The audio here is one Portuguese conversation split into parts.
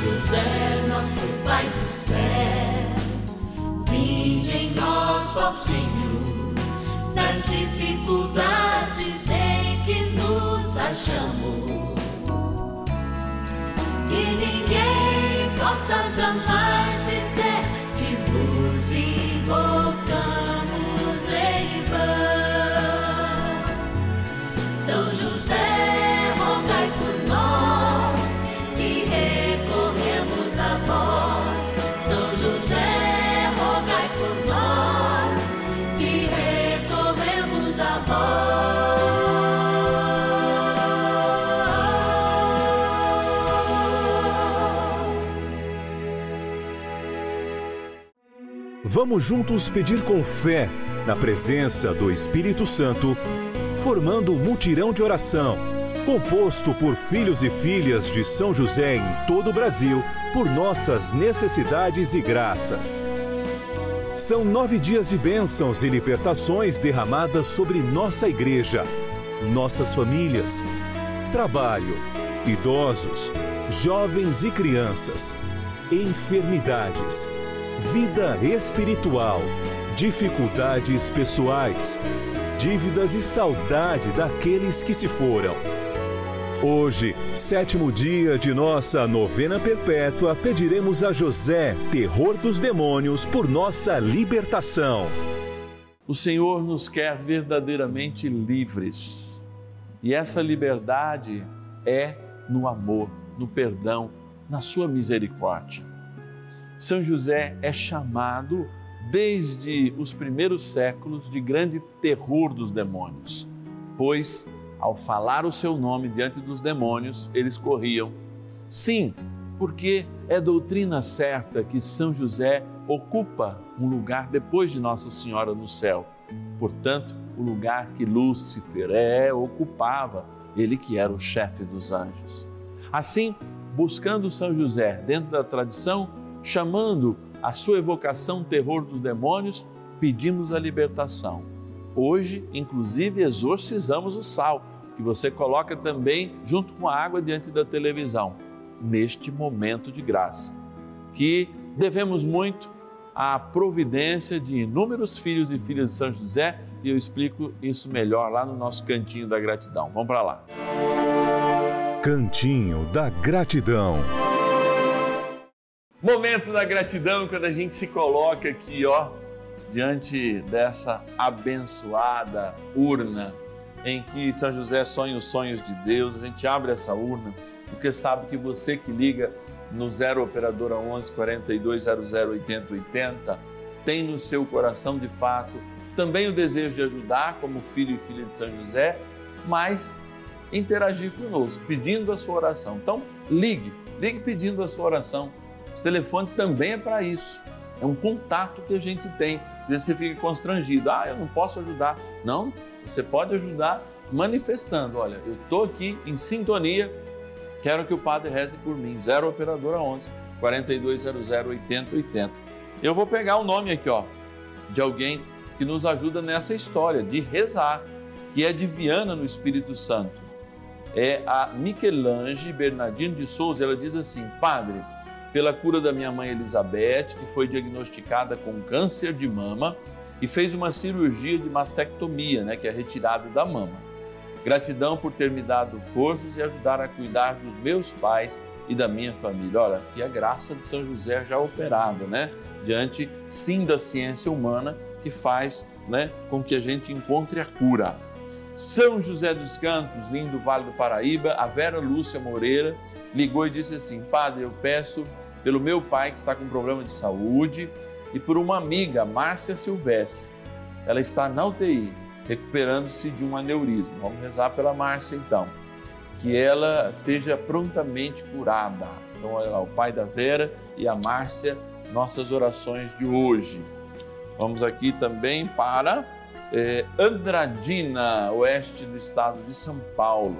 José, nosso Pai do céu, vinde em nós, ó Senhor, nas dificuldades em que nos achamos, que ninguém possa jamais dizer que vos invocamos em vão. São José, rogai por nós, que recorremos a vós. São José, rogai por nós, que recorremos a vós. Vamos juntos pedir com fé, na presença do Espírito Santo, formando um mutirão de oração, composto por filhos e filhas de São José em todo o Brasil, por nossas necessidades e graças. São 9 dias de bênçãos e libertações derramadas sobre nossa igreja, nossas famílias, trabalho, idosos, jovens e crianças, enfermidades, vida espiritual, dificuldades pessoais, dívidas e saudade daqueles que se foram. Hoje, 7º dia de nossa novena perpétua, pediremos a José, terror dos demônios, por nossa libertação. O Senhor nos quer verdadeiramente livres. E essa liberdade é no amor, no perdão, na sua misericórdia. São José é chamado desde os primeiros séculos de grande terror dos demônios, pois, ao falar o seu nome diante dos demônios, eles corriam. Sim, porque é doutrina certa que São José ocupa um lugar depois de Nossa Senhora no céu. Portanto, o lugar que Lúcifer ocupava, ele que era o chefe dos anjos. Assim, buscando São José dentro da tradição, chamando a sua evocação terror dos demônios, pedimos a libertação. Hoje, inclusive, exorcizamos o sal, que você coloca também junto com a água diante da televisão, neste momento de graça, que devemos muito à providência de inúmeros filhos e filhas de São José, e eu explico isso melhor lá no nosso Cantinho da Gratidão. Vamos para lá. Cantinho da Gratidão. Momento da gratidão, quando a gente se coloca aqui, diante dessa abençoada urna em que São José sonha os sonhos de Deus. A gente abre essa urna porque sabe que você que liga no 0 Operadora 11 4200 8080 tem no seu coração de fato também o desejo de ajudar como filho e filha de São José, mas interagir conosco, pedindo a sua oração. Então ligue pedindo a sua oração. Esse telefone também é para isso, é um contato que a gente tem. Às vezes você fica constrangido, eu não posso ajudar. Não, você pode ajudar manifestando, olha, eu estou aqui em sintonia, quero que o Padre reze por mim, 0 Operadora 11 4200 8080. Eu vou pegar o nome aqui, de alguém que nos ajuda nessa história de rezar, que é de Viana, no Espírito Santo. É a Michelange Bernardino de Souza. Ela diz assim: Padre, pela cura da minha mãe Elizabeth, que foi diagnosticada com câncer de mama e fez uma cirurgia de mastectomia, que é a retirada da mama. Gratidão por ter me dado forças e ajudar a cuidar dos meus pais e da minha família. Olha, que a graça de São José já operada, diante sim da ciência humana que faz, com que a gente encontre a cura. São José dos Campos, lindo Vale do Paraíba, a Vera Lúcia Moreira ligou e disse assim: Padre, eu peço pelo meu pai que está com problema de saúde e por uma amiga, Márcia Silvestre. Ela está na UTI, recuperando-se de um aneurisma. Vamos rezar pela Márcia então, que ela seja prontamente curada. Então olha lá, o pai da Vera e a Márcia, nossas orações de hoje. Vamos aqui também para Andradina, oeste do estado de São Paulo.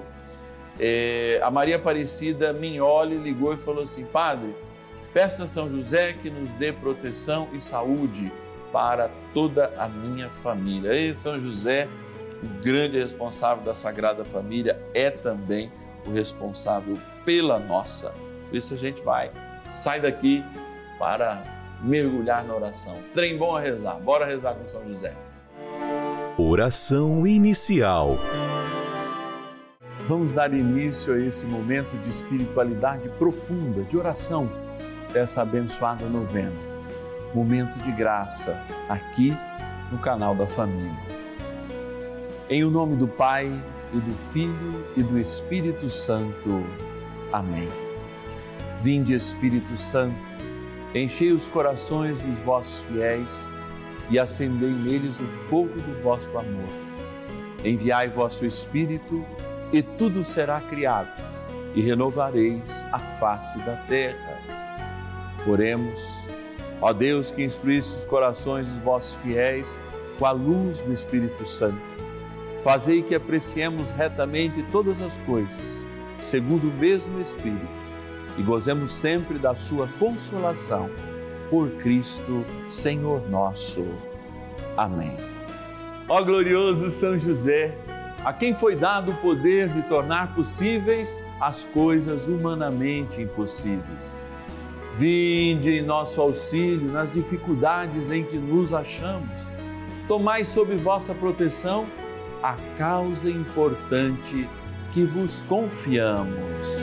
A Maria Aparecida Mignoli ligou e falou assim: Padre, peça a São José que nos dê proteção e saúde para toda a minha família. E São José, o grande responsável da Sagrada Família, é também o responsável pela nossa. Por isso a gente vai sai daqui para mergulhar na oração. Trem bom a rezar. Bora rezar com São José. Oração inicial. Vamos dar início a esse momento de espiritualidade profunda, de oração, dessa abençoada novena. Momento de graça, aqui no canal da Família. Em o nome do Pai, e do Filho, e do Espírito Santo. Amém. Vinde, Espírito Santo, enchei os corações dos vossos fiéis e acendei neles o fogo do vosso amor. Enviai vosso Espírito e tudo será criado e renovareis a face da terra. Oremos. Ó Deus, que instruísse os corações dos vossos fiéis com a luz do Espírito Santo, fazei que apreciemos retamente todas as coisas, segundo o mesmo Espírito, e gozemos sempre da sua consolação. Por Cristo, Senhor nosso. Amém. Ó glorioso São José, a quem foi dado o poder de tornar possíveis as coisas humanamente impossíveis. Vinde em nosso auxílio nas dificuldades em que nos achamos. Tomai sob vossa proteção a causa importante que vos confiamos.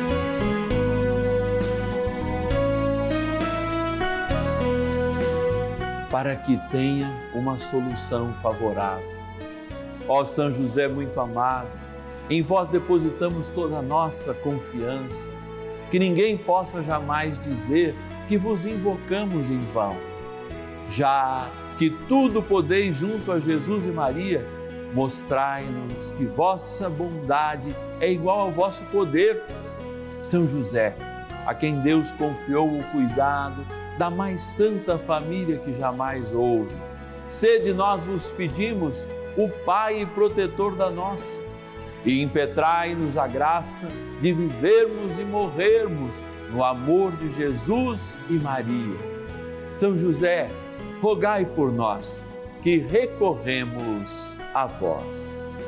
Para que tenha uma solução favorável. Ó São José muito amado, em vós depositamos toda a nossa confiança, que ninguém possa jamais dizer que vos invocamos em vão. Já que tudo podeis junto a Jesus e Maria, mostrai-nos que vossa bondade é igual ao vosso poder. São José, a quem Deus confiou o cuidado da mais santa família que jamais houve, sede, nós vos pedimos, o Pai e protetor da nossa, e impetrai-nos a graça de vivermos e morrermos no amor de Jesus e Maria. São José, rogai por nós, que recorremos a vós.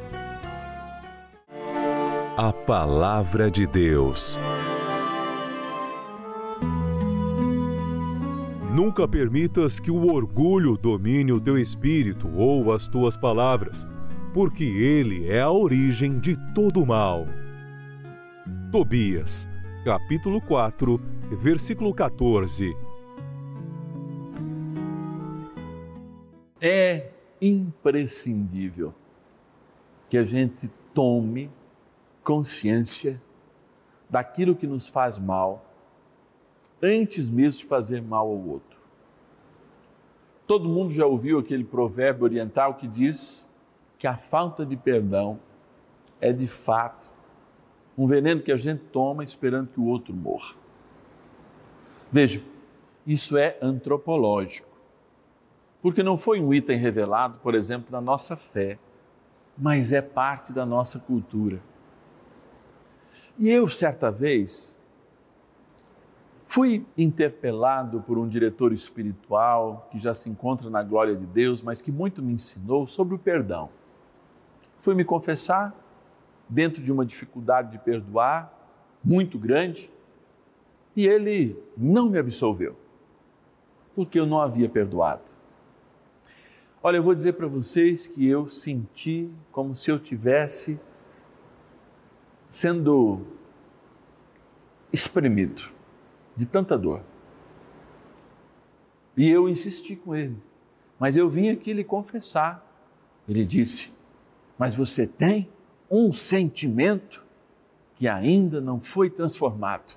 A Palavra de Deus. Nunca permitas que o orgulho domine o teu espírito ou as tuas palavras, porque ele é a origem de todo o mal. Tobias, capítulo 4, versículo 14. É imprescindível que a gente tome consciência daquilo que nos faz mal, antes mesmo de fazer mal ao outro. Todo mundo já ouviu aquele provérbio oriental que diz que a falta de perdão é de fato um veneno que a gente toma esperando que o outro morra. Veja, isso é antropológico, porque não foi um item revelado, por exemplo, na nossa fé, mas é parte da nossa cultura. E eu, certa vez, fui interpelado por um diretor espiritual que já se encontra na glória de Deus, mas que muito me ensinou sobre o perdão. Fui me confessar dentro de uma dificuldade de perdoar muito grande e ele não me absolveu, porque eu não havia perdoado. Olha, eu vou dizer para vocês que eu senti como se eu tivesse sendo espremido de tanta dor. E eu insisti com ele, mas eu vim aqui lhe confessar. Ele disse, mas você tem um sentimento que ainda não foi transformado.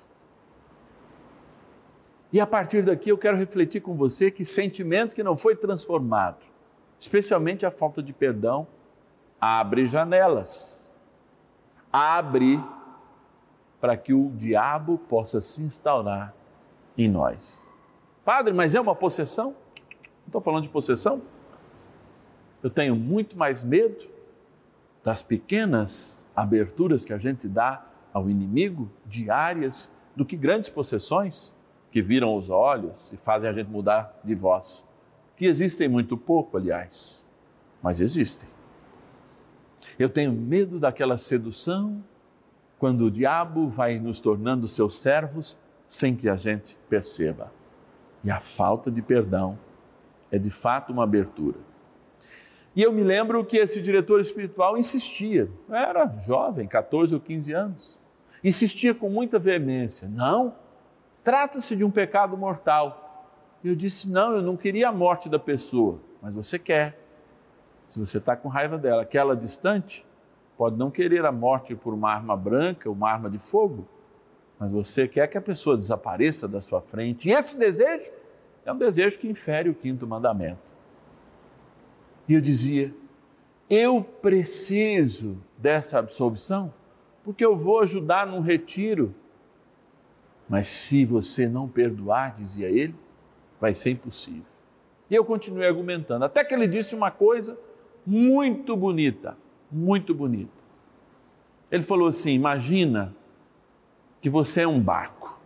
E a partir daqui eu quero refletir com você que sentimento que não foi transformado, especialmente a falta de perdão, abre janelas, abre para que o diabo possa se instaurar em nós. Padre, mas é uma possessão? Não estou falando de possessão. Eu tenho muito mais medo das pequenas aberturas que a gente dá ao inimigo, diárias, do que grandes possessões que viram os olhos e fazem a gente mudar de voz. Que existem muito pouco, aliás, mas existem. Eu tenho medo daquela sedução, quando o diabo vai nos tornando seus servos sem que a gente perceba. E a falta de perdão é de fato uma abertura. E eu me lembro que esse diretor espiritual insistia, eu era jovem, 14 ou 15 anos, insistia com muita veemência, não, trata-se de um pecado mortal. E eu disse, não, eu não queria a morte da pessoa, mas você quer. Se você está com raiva dela, aquela distante, pode não querer a morte por uma arma branca, uma arma de fogo, mas você quer que a pessoa desapareça da sua frente. E esse desejo é um desejo que infere o 5º mandamento. E eu dizia, eu preciso dessa absolvição, porque eu vou ajudar num retiro. Mas se você não perdoar, dizia ele, vai ser impossível. E eu continuei argumentando, até que ele disse uma coisa muito bonita, muito bonita. Ele falou assim, imagina que você é um barco,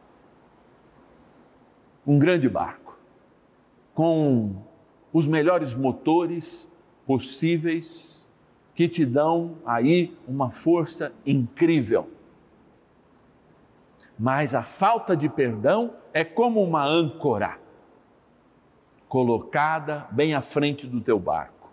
um grande barco, com os melhores motores possíveis, que te dão aí uma força incrível. Mas a falta de perdão é como uma âncora colocada bem à frente do teu barco.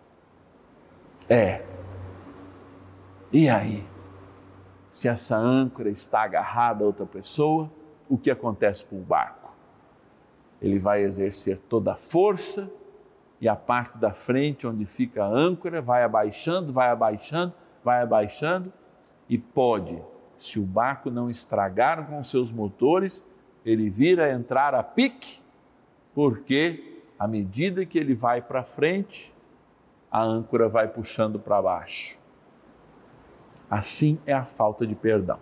E aí? Se essa âncora está agarrada a outra pessoa, o que acontece com o barco? Ele vai exercer toda a força e a parte da frente onde fica a âncora vai abaixando, vai abaixando, vai abaixando e pode, se o barco não estragar com seus motores, ele vir a entrar a pique, porque à medida que ele vai para frente, a âncora vai puxando para baixo. Assim é a falta de perdão.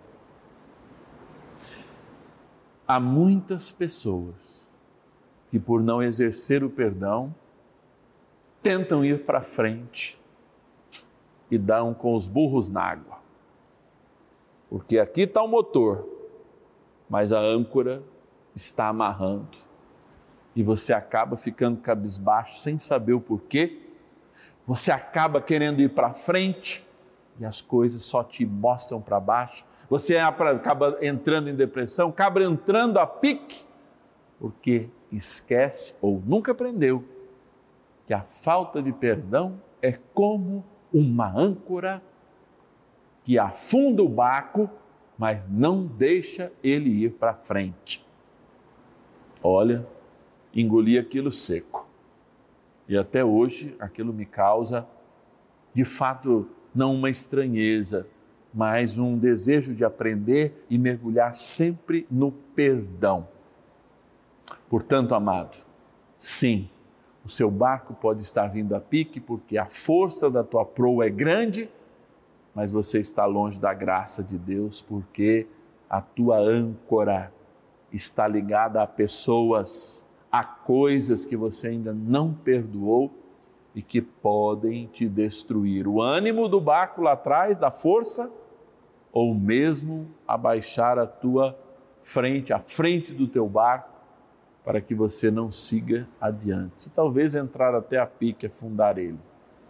Há muitas pessoas que, por não exercer o perdão, tentam ir para frente e dão com os burros na água. Porque aqui está o motor, mas a âncora está amarrando. E você acaba ficando cabisbaixo sem saber o porquê. Você acaba querendo ir para frente e as coisas só te mostram para baixo. Você acaba entrando em depressão, acaba entrando a pique, porque esquece ou nunca aprendeu que a falta de perdão é como uma âncora que afunda o barco, mas não deixa ele ir para frente. Olha, engoli aquilo seco. E até hoje aquilo me causa, de fato, não uma estranheza, mas um desejo de aprender e mergulhar sempre no perdão. Portanto, amado, sim, o seu barco pode estar vindo a pique porque a força da tua proa é grande, mas você está longe da graça de Deus porque a tua âncora está ligada a pessoas, a coisas que você ainda não perdoou e que podem te destruir. O ânimo do barco lá atrás, da força, ou mesmo abaixar a tua frente, a frente do teu barco, para que você não siga adiante. E talvez entrar até a pique, afundar ele.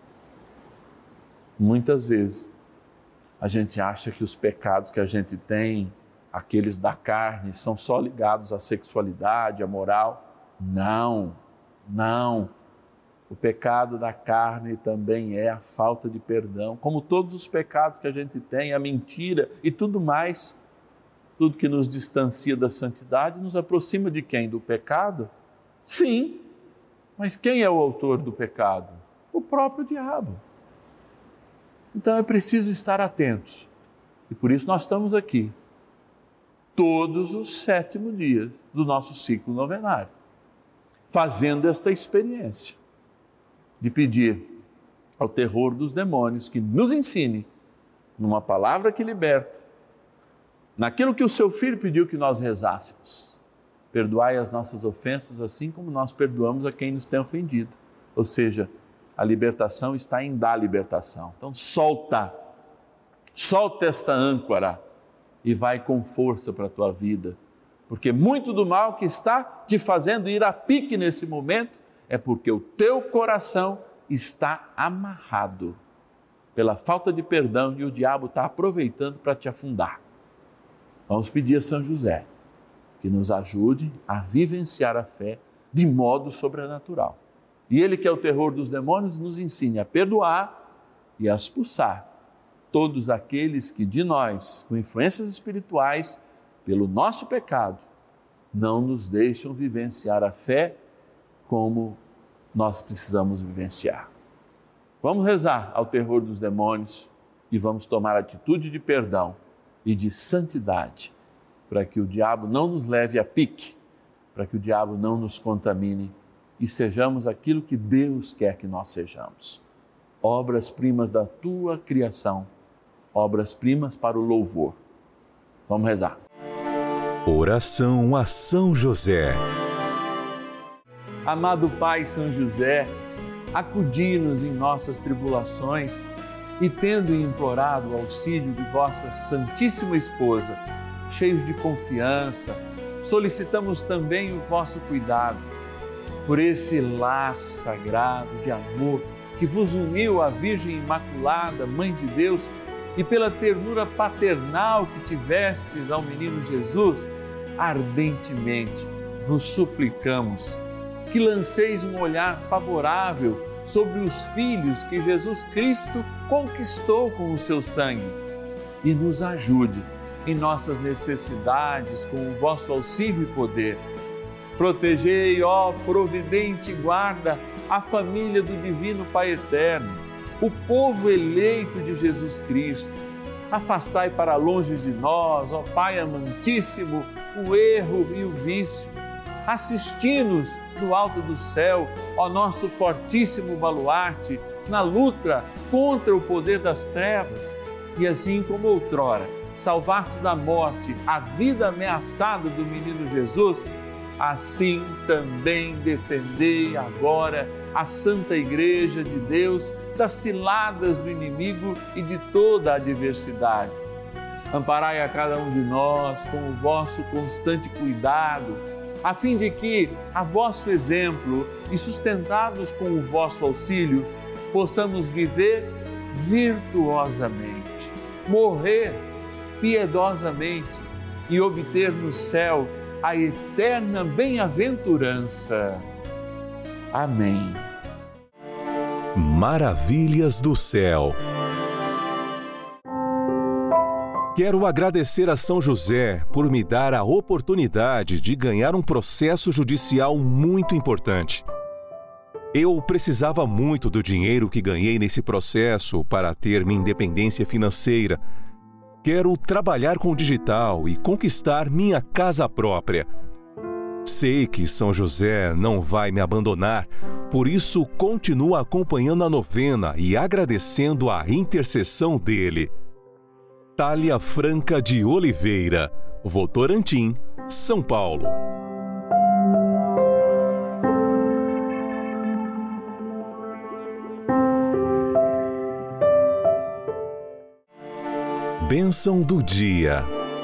Muitas vezes, a gente acha que os pecados que a gente tem, aqueles da carne, são só ligados à sexualidade, à moral. Não, não. O pecado da carne também é a falta de perdão, como todos os pecados que a gente tem, a mentira e tudo mais, tudo que nos distancia da santidade, nos aproxima de quem? Do pecado? Sim, mas quem é o autor do pecado? O próprio diabo. Então é preciso estar atentos, e por isso nós estamos aqui, todos os 7º dias do nosso ciclo novenário, fazendo esta experiência de pedir ao terror dos demônios que nos ensine, numa palavra que liberta, naquilo que o seu Filho pediu que nós rezássemos. Perdoai as nossas ofensas assim como nós perdoamos a quem nos tem ofendido. Ou seja, a libertação está em dar libertação. Então solta esta âncora e vai com força para a tua vida. Porque muito do mal que está te fazendo ir a pique nesse momento é porque o teu coração está amarrado pela falta de perdão e o diabo está aproveitando para te afundar. Vamos pedir a São José que nos ajude a vivenciar a fé de modo sobrenatural. E Ele, que é o terror dos demônios, nos ensine a perdoar e a expulsar todos aqueles que de nós, com influências espirituais, pelo nosso pecado, não nos deixam vivenciar a fé como nós precisamos vivenciar. Vamos rezar ao terror dos demônios e vamos tomar atitude de perdão e de santidade, para que o diabo não nos leve a pique, para que o diabo não nos contamine e sejamos aquilo que Deus quer que nós sejamos. Obras-primas da tua criação, obras-primas para o louvor. Vamos rezar. Oração a São José. Amado Pai São José, acudi-nos em nossas tribulações e, tendo implorado o auxílio de vossa Santíssima Esposa, cheios de confiança, solicitamos também o vosso cuidado. Por esse laço sagrado de amor que vos uniu à Virgem Imaculada, Mãe de Deus, e pela ternura paternal que tivestes ao menino Jesus, ardentemente vos suplicamos que lanceis um olhar favorável sobre os filhos que Jesus Cristo conquistou com o seu sangue e nos ajude em nossas necessidades com o vosso auxílio e poder. Protegei, ó providente guarda, a família do Divino Pai Eterno, o povo eleito de Jesus Cristo. Afastai para longe de nós, ó Pai amantíssimo, o erro e o vício. Assisti-nos do alto do céu, ó nosso fortíssimo baluarte, na luta contra o poder das trevas. E assim como outrora salvaste da morte a vida ameaçada do menino Jesus, assim também defendei agora a Santa Igreja de Deus das ciladas do inimigo e de toda a adversidade. Amparai a cada um de nós com o vosso constante cuidado, a fim de que, a vosso exemplo e sustentados com o vosso auxílio, possamos viver virtuosamente, morrer piedosamente e obter no céu a eterna bem-aventurança. Amém. Maravilhas do céu. Quero agradecer a São José por me dar a oportunidade de ganhar um processo judicial muito importante. Eu precisava muito do dinheiro que ganhei nesse processo para ter minha independência financeira. Quero trabalhar com o digital e conquistar minha casa própria. Sei que São José não vai me abandonar, por isso continuo acompanhando a novena e agradecendo a intercessão dele. Thalia Franca de Oliveira, Votorantim, São Paulo. Bênção do dia.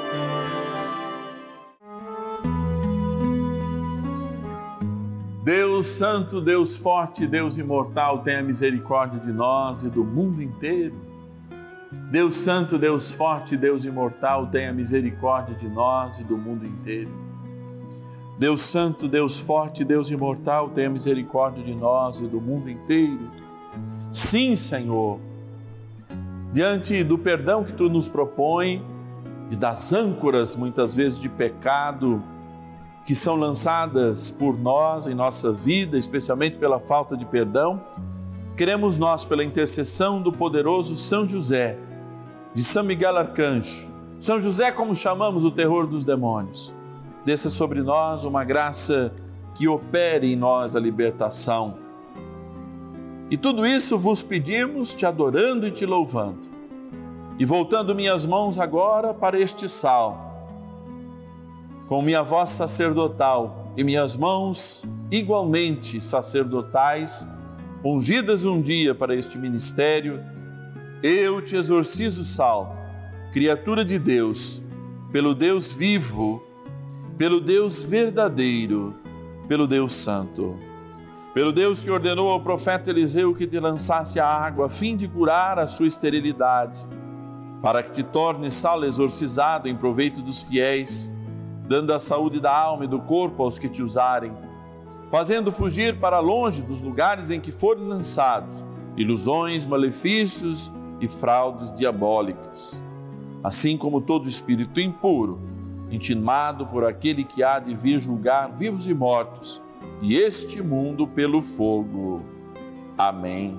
Deus Santo, Deus Forte, Deus Imortal, tenha misericórdia de nós e do mundo inteiro. Deus Santo, Deus Forte, Deus Imortal, tenha misericórdia de nós e do mundo inteiro. Deus Santo, Deus Forte, Deus Imortal, tenha misericórdia de nós e do mundo inteiro. Sim, Senhor, diante do perdão que Tu nos propõe e das âncoras, muitas vezes, de pecado que são lançadas por nós em nossa vida, especialmente pela falta de perdão, queremos nós, pela intercessão do poderoso São José, de São Miguel Arcanjo, São José, como chamamos o terror dos demônios, desça sobre nós uma graça que opere em nós a libertação. E tudo isso vos pedimos, te adorando e te louvando. E voltando minhas mãos agora para este salmo, com minha voz sacerdotal e minhas mãos igualmente sacerdotais, ungidas um dia para este ministério, eu te exorcizo, salvo, criatura de Deus, pelo Deus vivo, pelo Deus verdadeiro, pelo Deus santo, pelo Deus que ordenou ao profeta Eliseu que te lançasse a água a fim de curar a sua esterilidade, para que te tornes sal exorcizado em proveito dos fiéis, dando a saúde da alma e do corpo aos que te usarem, fazendo fugir para longe dos lugares em que forem lançados ilusões, malefícios e fraudes diabólicas. Assim como todo espírito impuro, intimado por aquele que há de vir julgar vivos e mortos, e este mundo pelo fogo. Amém.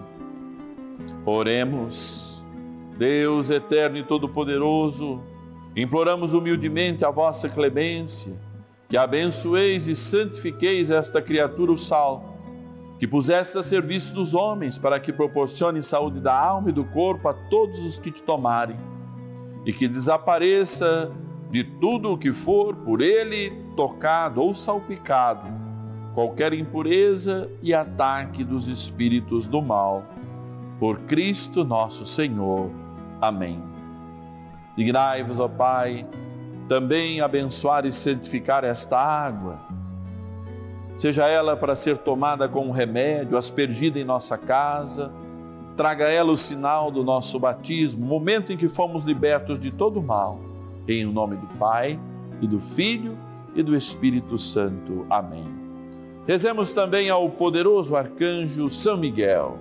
Oremos. Deus eterno e todo-poderoso, imploramos humildemente a vossa clemência, que abençoeis e santifiqueis esta criatura, o sal, que puseste a serviço dos homens, para que proporcione saúde da alma e do corpo a todos os que te tomarem, e que desapareça de tudo o que for por ele tocado ou salpicado, qualquer impureza e ataque dos espíritos do mal. Por Cristo nosso Senhor. Amém. Dignai-vos, ó Pai, também abençoar e santificar esta água, seja ela para ser tomada como remédio, aspergida em nossa casa, traga ela o sinal do nosso batismo, momento em que fomos libertos de todo mal. Em nome do Pai, e do Filho, e do Espírito Santo. Amém. Rezemos também ao poderoso arcanjo São Miguel.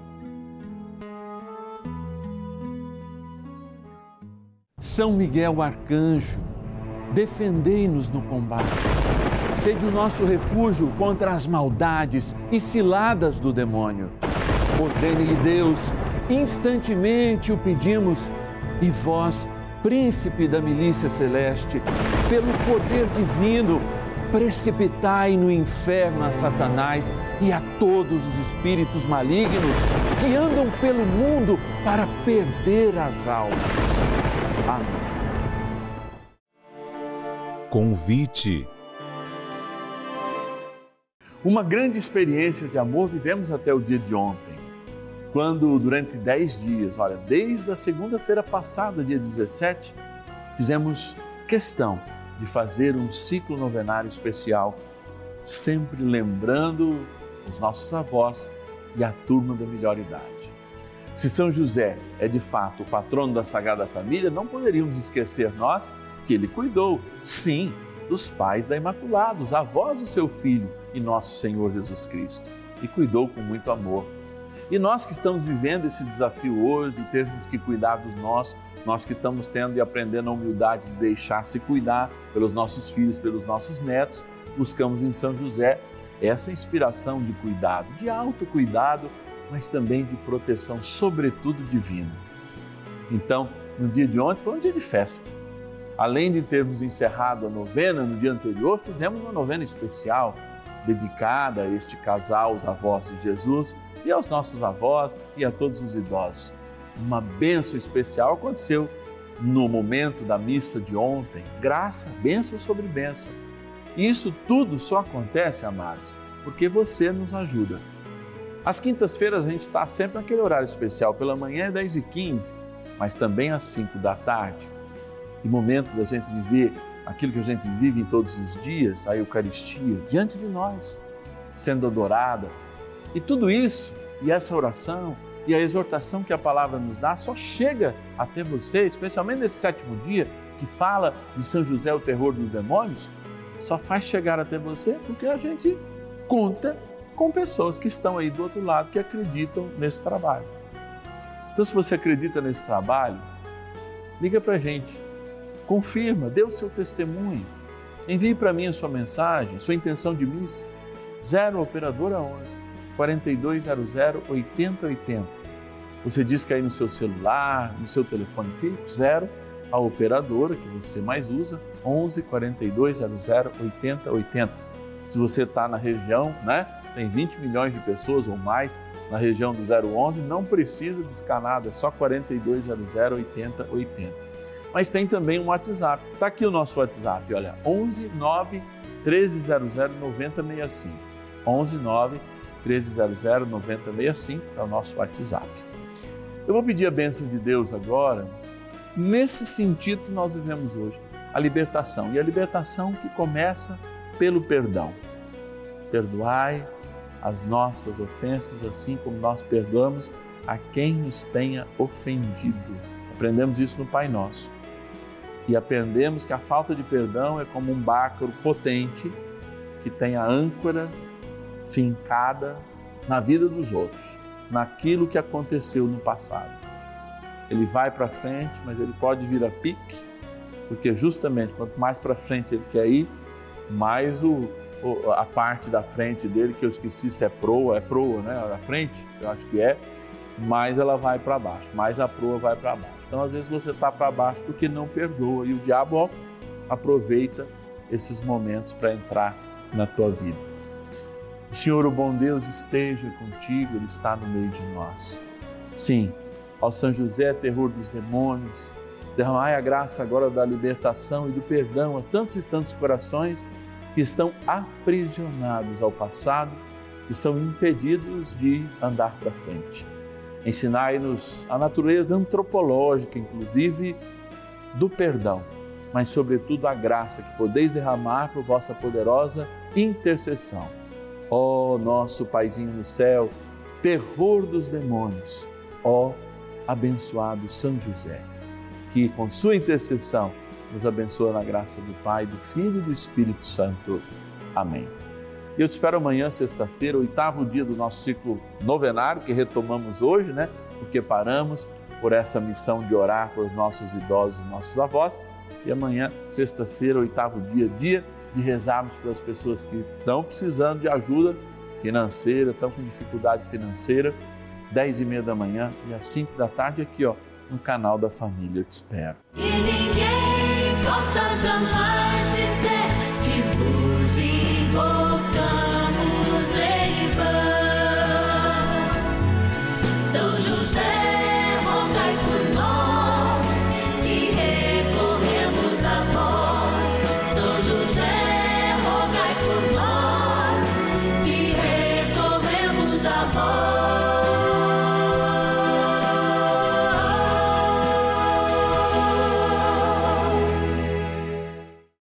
São Miguel arcanjo, defendei-nos no combate. Sede o nosso refúgio contra as maldades e ciladas do demônio. Ordene-lhe Deus, instantemente o pedimos, e vós, príncipe da milícia celeste, pelo poder divino, precipitai no inferno a Satanás e a todos os espíritos malignos que andam pelo mundo para perder as almas. Amém. Convite. Uma grande experiência de amor vivemos até o dia de ontem, quando durante 10 dias, desde a segunda-feira passada, dia 17, fizemos questão de fazer um ciclo novenário especial, sempre lembrando os nossos avós e a turma da melhor idade. Se São José é de fato o patrono da Sagrada Família, não poderíamos esquecer nós que ele cuidou, sim, dos pais da Imaculada, os avós do seu Filho e nosso Senhor Jesus Cristo, e cuidou com muito amor. E nós que estamos vivendo esse desafio hoje de termos que cuidar dos nossos, nós que estamos tendo e aprendendo a humildade de deixar-se cuidar pelos nossos filhos, pelos nossos netos, buscamos em São José essa inspiração de cuidado, de autocuidado, mas também de proteção, sobretudo divina. Então, no dia de ontem foi um dia de festa. Além de termos encerrado a novena no dia anterior, fizemos uma novena especial dedicada a este casal, os avós de Jesus, e aos nossos avós e a todos os idosos. Uma bênção especial aconteceu no momento da missa de ontem. Graça, bênção sobre bênção. E isso tudo só acontece, amados, porque você nos ajuda. Às quintas-feiras a gente está sempre naquele horário especial, pela manhã é 10h15, mas também às 5 da tarde. E momento da gente viver aquilo que a gente vive em todos os dias, a Eucaristia, diante de nós, sendo adorada. E tudo isso, e essa oração, e a exortação que a palavra nos dá, só chega até você, especialmente nesse 7º dia, que fala de São José, o terror dos demônios, só faz chegar até você porque a gente conta com pessoas que estão aí do outro lado, que acreditam nesse trabalho. Então, se você acredita nesse trabalho, liga para a gente, confirma, dê o seu testemunho, envie para mim a sua mensagem, sua intenção de missa, 0 Operadora 11 4200 8080. Você diz que aí no seu celular, no seu telefone fixo, 0 a operadora que você mais usa, 11 4200 8080. Se você está na região, tem 20 milhões de pessoas ou mais na região do 011, não precisa de escanado, é só 4200 8080. Mas tem também um WhatsApp. Está aqui o nosso WhatsApp, olha, 11 9 1300 9065. 11 9 1300 9065 é o nosso WhatsApp. Eu vou pedir a bênção de Deus agora, nesse sentido que nós vivemos hoje, a libertação. E a libertação que começa pelo perdão. Perdoai as nossas ofensas, assim como nós perdoamos a quem nos tenha ofendido. Aprendemos isso no Pai Nosso. E aprendemos que a falta de perdão é como um barco potente que tem a âncora fincada na vida dos outros, naquilo que aconteceu no passado. Ele vai para frente, mas ele pode vir a pique, porque justamente quanto mais para frente ele quer ir, mais a parte da frente dele, que eu esqueci se é proa, né? A frente, eu acho que é, mais ela vai para baixo, mais a proa vai para baixo. Então, às vezes você está para baixo porque não perdoa e o diabo aproveita esses momentos para entrar na tua vida. O Senhor, o bom Deus, esteja contigo, Ele está no meio de nós. Sim, ao São José, terror dos demônios, derramai a graça agora da libertação e do perdão a tantos e tantos corações que estão aprisionados ao passado e são impedidos de andar para frente. Ensinai-nos a natureza antropológica, inclusive, do perdão, mas, sobretudo, a graça que podeis derramar por vossa poderosa intercessão. Ó nosso Paizinho no céu, terror dos demônios, ó abençoado São José, que com sua intercessão nos abençoa na graça do Pai, do Filho e do Espírito Santo. Amém. E eu te espero amanhã, sexta-feira, 8º dia do nosso ciclo novenário, que retomamos hoje, né? Porque paramos por essa missão de orar por nossos idosos e nossos avós. E amanhã, sexta-feira, 8º dia, dia de rezarmos pelas pessoas que estão precisando de ajuda financeira, estão com dificuldade financeira, 10h30 da manhã e às 5 da tarde aqui, no canal da Família. Eu te espero. E ninguém possa jamais